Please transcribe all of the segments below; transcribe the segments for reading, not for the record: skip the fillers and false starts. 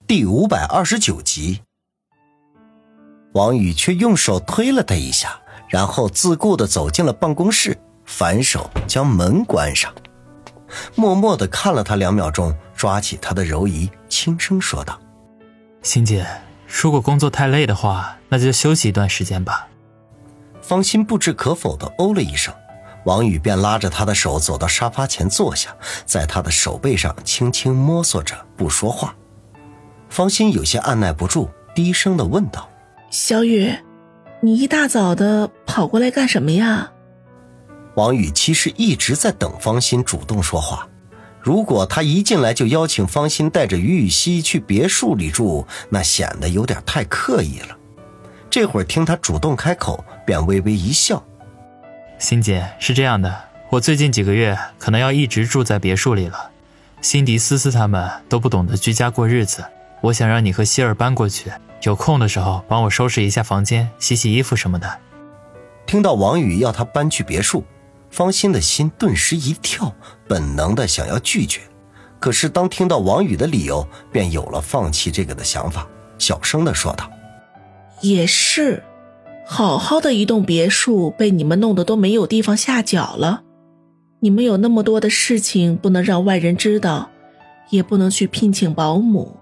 第529集。王宇却用手推了他一下，然后自顾地走进了办公室，反手将门关上，默默地看了他2秒钟，抓起他的柔仪，轻声说道： 欣姐，如果工作太累的话，那就休息一段时间吧。 方心不置可否地哦了一声，王宇便拉着他的手走到沙发前坐下，在他的手背上轻轻摸索着，不说话。方心有些按耐不住，低声地问道： 小雨，你一大早的跑过来干什么呀？ 王宇其实一直在等方心主动说话，如果他一进来就邀请方心带着于雨溪去别墅里住，那显得有点太刻意了。这会儿听他主动开口，便微微一笑： 欣姐，是这样的，我最近几个月可能要一直住在别墅里了，辛迪、思思他们都不懂得居家过日子，我想让你和希儿搬过去，有空的时候帮我收拾一下房间，洗洗衣服什么的。 听到王宇要他搬去别墅，方心的心顿时一跳，本能的想要拒绝，可是当听到王宇的理由，便有了放弃这个的想法，小声的说道： 也是，好好的一栋别墅被你们弄得都没有地方下脚了，你们有那么多的事情不能让外人知道，也不能去聘请保姆。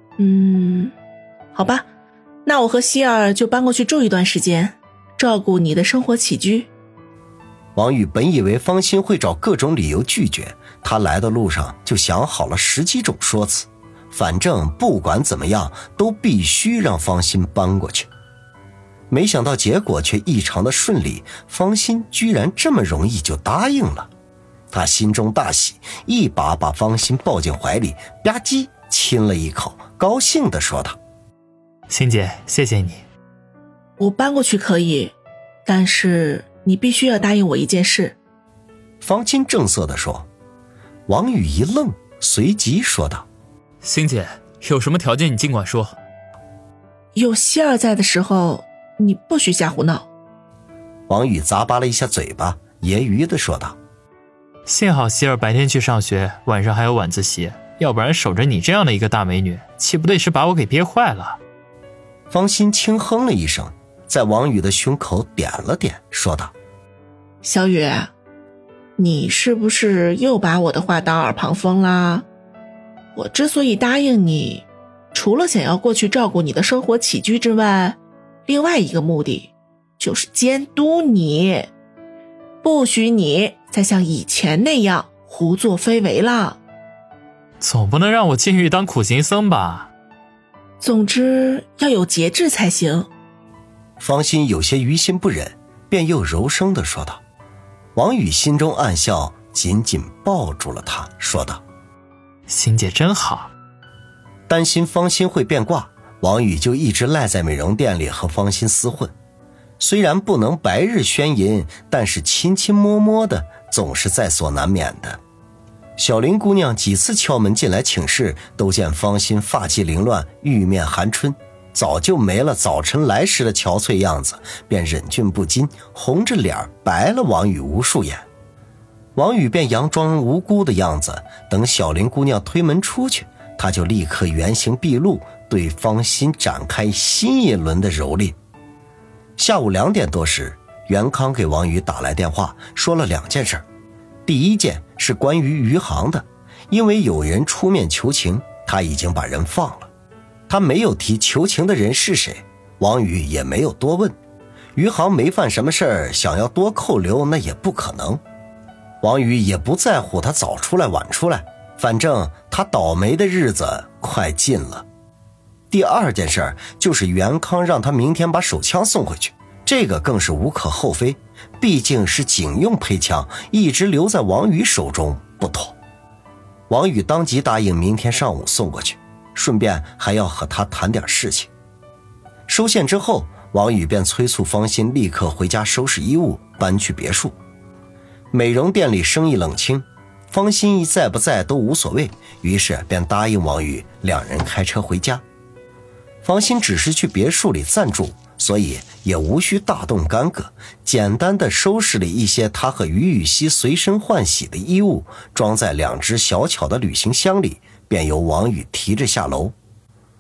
好吧，那我和希儿就搬过去住一段时间，照顾你的生活起居。 王宇本以为方心会找各种理由拒绝，他来的路上就想好了10几种说辞，反正不管怎么样都必须让方心搬过去。没想到结果却异常的顺利，方心居然这么容易就答应了。他心中大喜，一把把方心抱进怀里，吧唧亲了一口，高兴地说道： 欣姐，谢谢你。 我搬过去可以，但是你必须要答应我一件事。 方心正色地说。王宇一愣，随即说道： 欣姐，有什么条件你尽管说。 有希儿在的时候，你不许瞎胡闹。 王宇咂巴了一下嘴巴，揶揄地说道： 幸好希儿白天去上学，晚上还有晚自习，要不然守着你这样的一个大美女，岂不得是把我给憋坏了。 方心轻哼了一声，在王宇的胸口点了点，说道： 小雨，你是不是又把我的话当耳旁风啦？我之所以答应你，除了想要过去照顾你的生活起居之外，另外一个目的就是监督你，不许你再像以前那样胡作非为了。 总不能让我进狱当苦行僧吧？ 总之要有节制才行。 方心有些于心不忍，便又柔声地说道。王宇心中暗笑，紧紧抱住了他，说道： 欣姐真好。 担心方心会变卦，王宇就一直赖在美容店里和方心厮混。虽然不能白日宣淫，但是亲亲摸摸的总是在所难免的。小林姑娘几次敲门进来请示，都见方心发髻凌乱，玉面含春，早就没了早晨来时的憔悴样子，便忍俊不禁，红着脸白了王宇无数眼。王宇便佯装无辜的样子，等小林姑娘推门出去，他就立刻原形毕露，对方心展开新一轮的蹂躏。下午2点多时，袁康给王宇打来电话，说了2件事。第一件是关于余杭的，因为有人出面求情，他已经把人放了。他没有提求情的人是谁，王宇也没有多问。余杭没犯什么事儿，想要多扣留那也不可能。王宇也不在乎他早出来晚出来，反正他倒霉的日子快近了。第二件事就是袁康让他明天把手枪送回去，这个更是无可厚非，毕竟是警用配枪，一直留在王宇手中不妥。王宇当即答应明天上午送过去，顺便还要和他谈点事情。收线之后，王宇便催促方心立刻回家收拾衣物，搬去别墅。美容店里生意冷清，方心一在不在都无所谓，于是便答应王宇2人开车回家。方心只是去别墅里暂住，所以也无需大动干戈，简单的收拾了一些他和于雨溪随身换洗的衣物，装在2只小巧的旅行箱里，便由王宇提着下楼。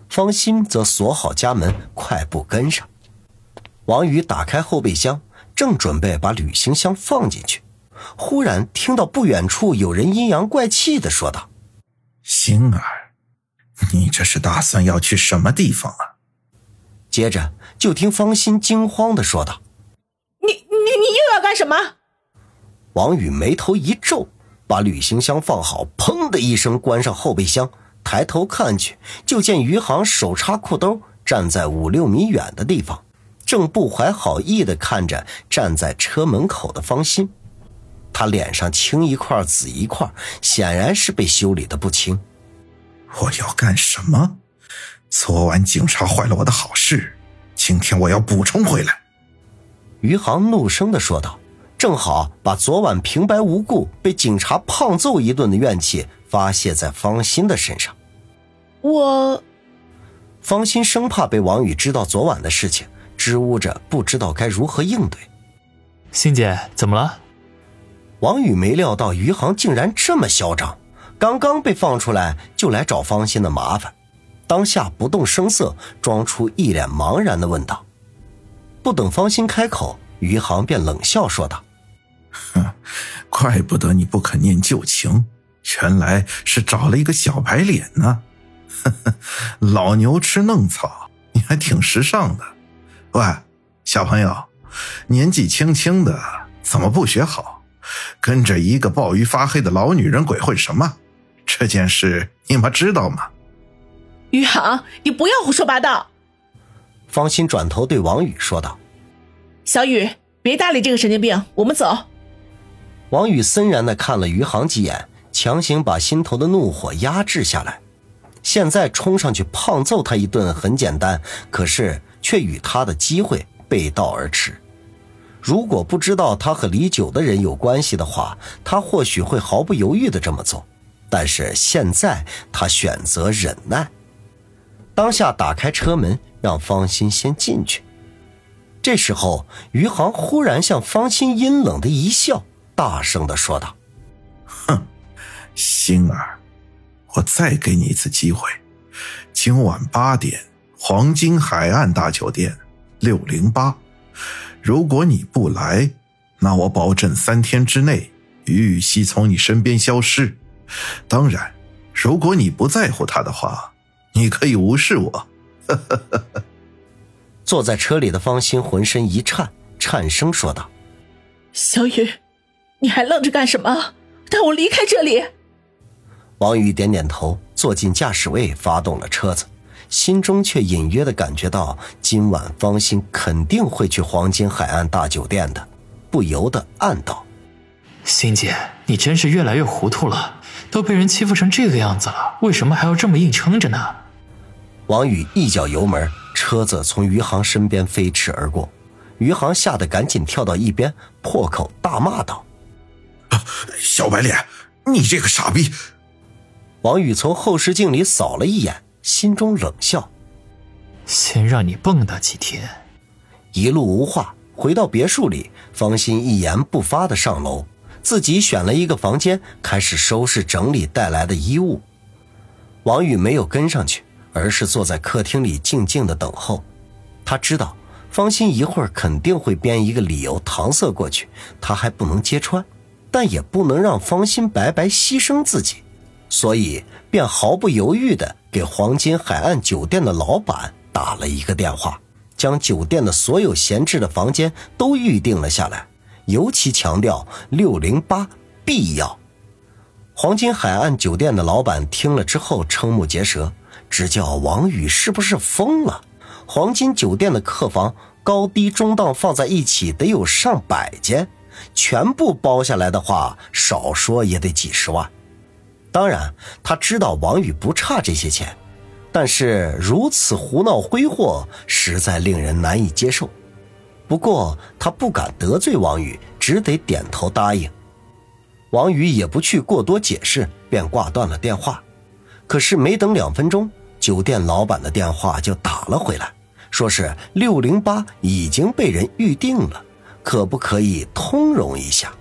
方心则锁好家门，快步跟上。王宇打开后备箱，正准备把旅行箱放进去，忽然听到不远处有人阴阳怪气地说道： 星儿，你这是打算要去什么地方啊？ 接着就听方心惊慌地说道： 你又要干什么？ 王宇眉头一皱，把旅行箱放好，砰的一声关上后备箱，抬头看去，就见余杭手插裤兜，站在5-6米远的地方，正不怀好意地看着站在车门口的方心。他脸上青一块紫一块，显然是被修理的不轻。 我要干什么？昨晚警察坏了我的好事，今天我要补充回来。 余杭怒声地说道，正好把昨晚平白无故被警察胖揍一顿的怨气发泄在方心的身上。方心生怕被王宇知道昨晚的事情，支吾着不知道该如何应对。 欣姐，怎么了？ 王宇没料到余杭竟然这么嚣张，刚刚被放出来就来找方心的麻烦，当下不动声色，装出一脸茫然地问道。不等方心开口，余杭便冷笑说道： 怪不得你不肯念旧情，原来是找了一个小白脸呢。老牛吃嫩草，你还挺时尚的。喂，小朋友，年纪轻轻的怎么不学好，跟着一个鲍鱼发黑的老女人鬼混什么？这件事你们知道吗？ 余杭，你不要胡说八道。 方心转头对王宇说道： 小宇，别搭理这个神经病，我们走。 王宇森然地看了余杭几眼，强行把心头的怒火压制下来。现在冲上去胖揍他一顿很简单，可是却与他的机会背道而驰。如果不知道他和李九的人有关系的话，他或许会毫不犹豫地这么做，但是现在他选择忍耐。当下打开车门，让方心先进去。这时候余杭忽然向方心阴冷的一笑，大声地说道： 星儿，我再给你一次机会，今晚8点，黄金海岸大酒店608，如果你不来，那我保证3天之内于雨溪从你身边消失。当然，如果你不在乎他的话，你可以无视我。 坐在车里的方心浑身一颤，颤声说道： 小宇，你还愣着干什么？带我离开这里。 王宇点点头，坐进驾驶位，发动了车子，心中却隐约地感觉到今晚方心肯定会去黄金海岸大酒店的，不由得暗道： 欣姐，你真是越来越糊涂了，都被人欺负成这个样子了，为什么还要这么硬撑着呢？ 王宇一脚油门，车子从余杭身边飞驰而过，余杭吓得赶紧跳到一边，破口大骂道： 小白脸，你这个傻逼！ 王宇从后视镜里扫了一眼，心中冷笑： 先让你蹦跶几天。 一路无话，回到别墅里，方心一言不发地上楼，自己选了一个房间，开始收拾整理带来的衣物。王宇没有跟上去，而是坐在客厅里静静地等候。他知道方心一会儿肯定会编一个理由搪塞过去，他还不能揭穿，但也不能让方心白白牺牲自己，所以便毫不犹豫地给黄金海岸酒店的老板打了一个电话，将酒店的所有闲置的房间都预定了下来，尤其强调608必要。黄金海岸酒店的老板听了之后瞠目结舌，直叫王宇是不是疯了？黄金酒店的客房高低中档放在一起得有上百间，全部包下来的话，少说也得几十万。当然他知道王宇不差这些钱，但是如此胡闹挥霍实在令人难以接受。不过他不敢得罪王宇，只得点头答应。王宇也不去过多解释，便挂断了电话。可是没等2分钟，酒店老板的电话就打了回来，说是608已经被人预定了，可不可以通融一下。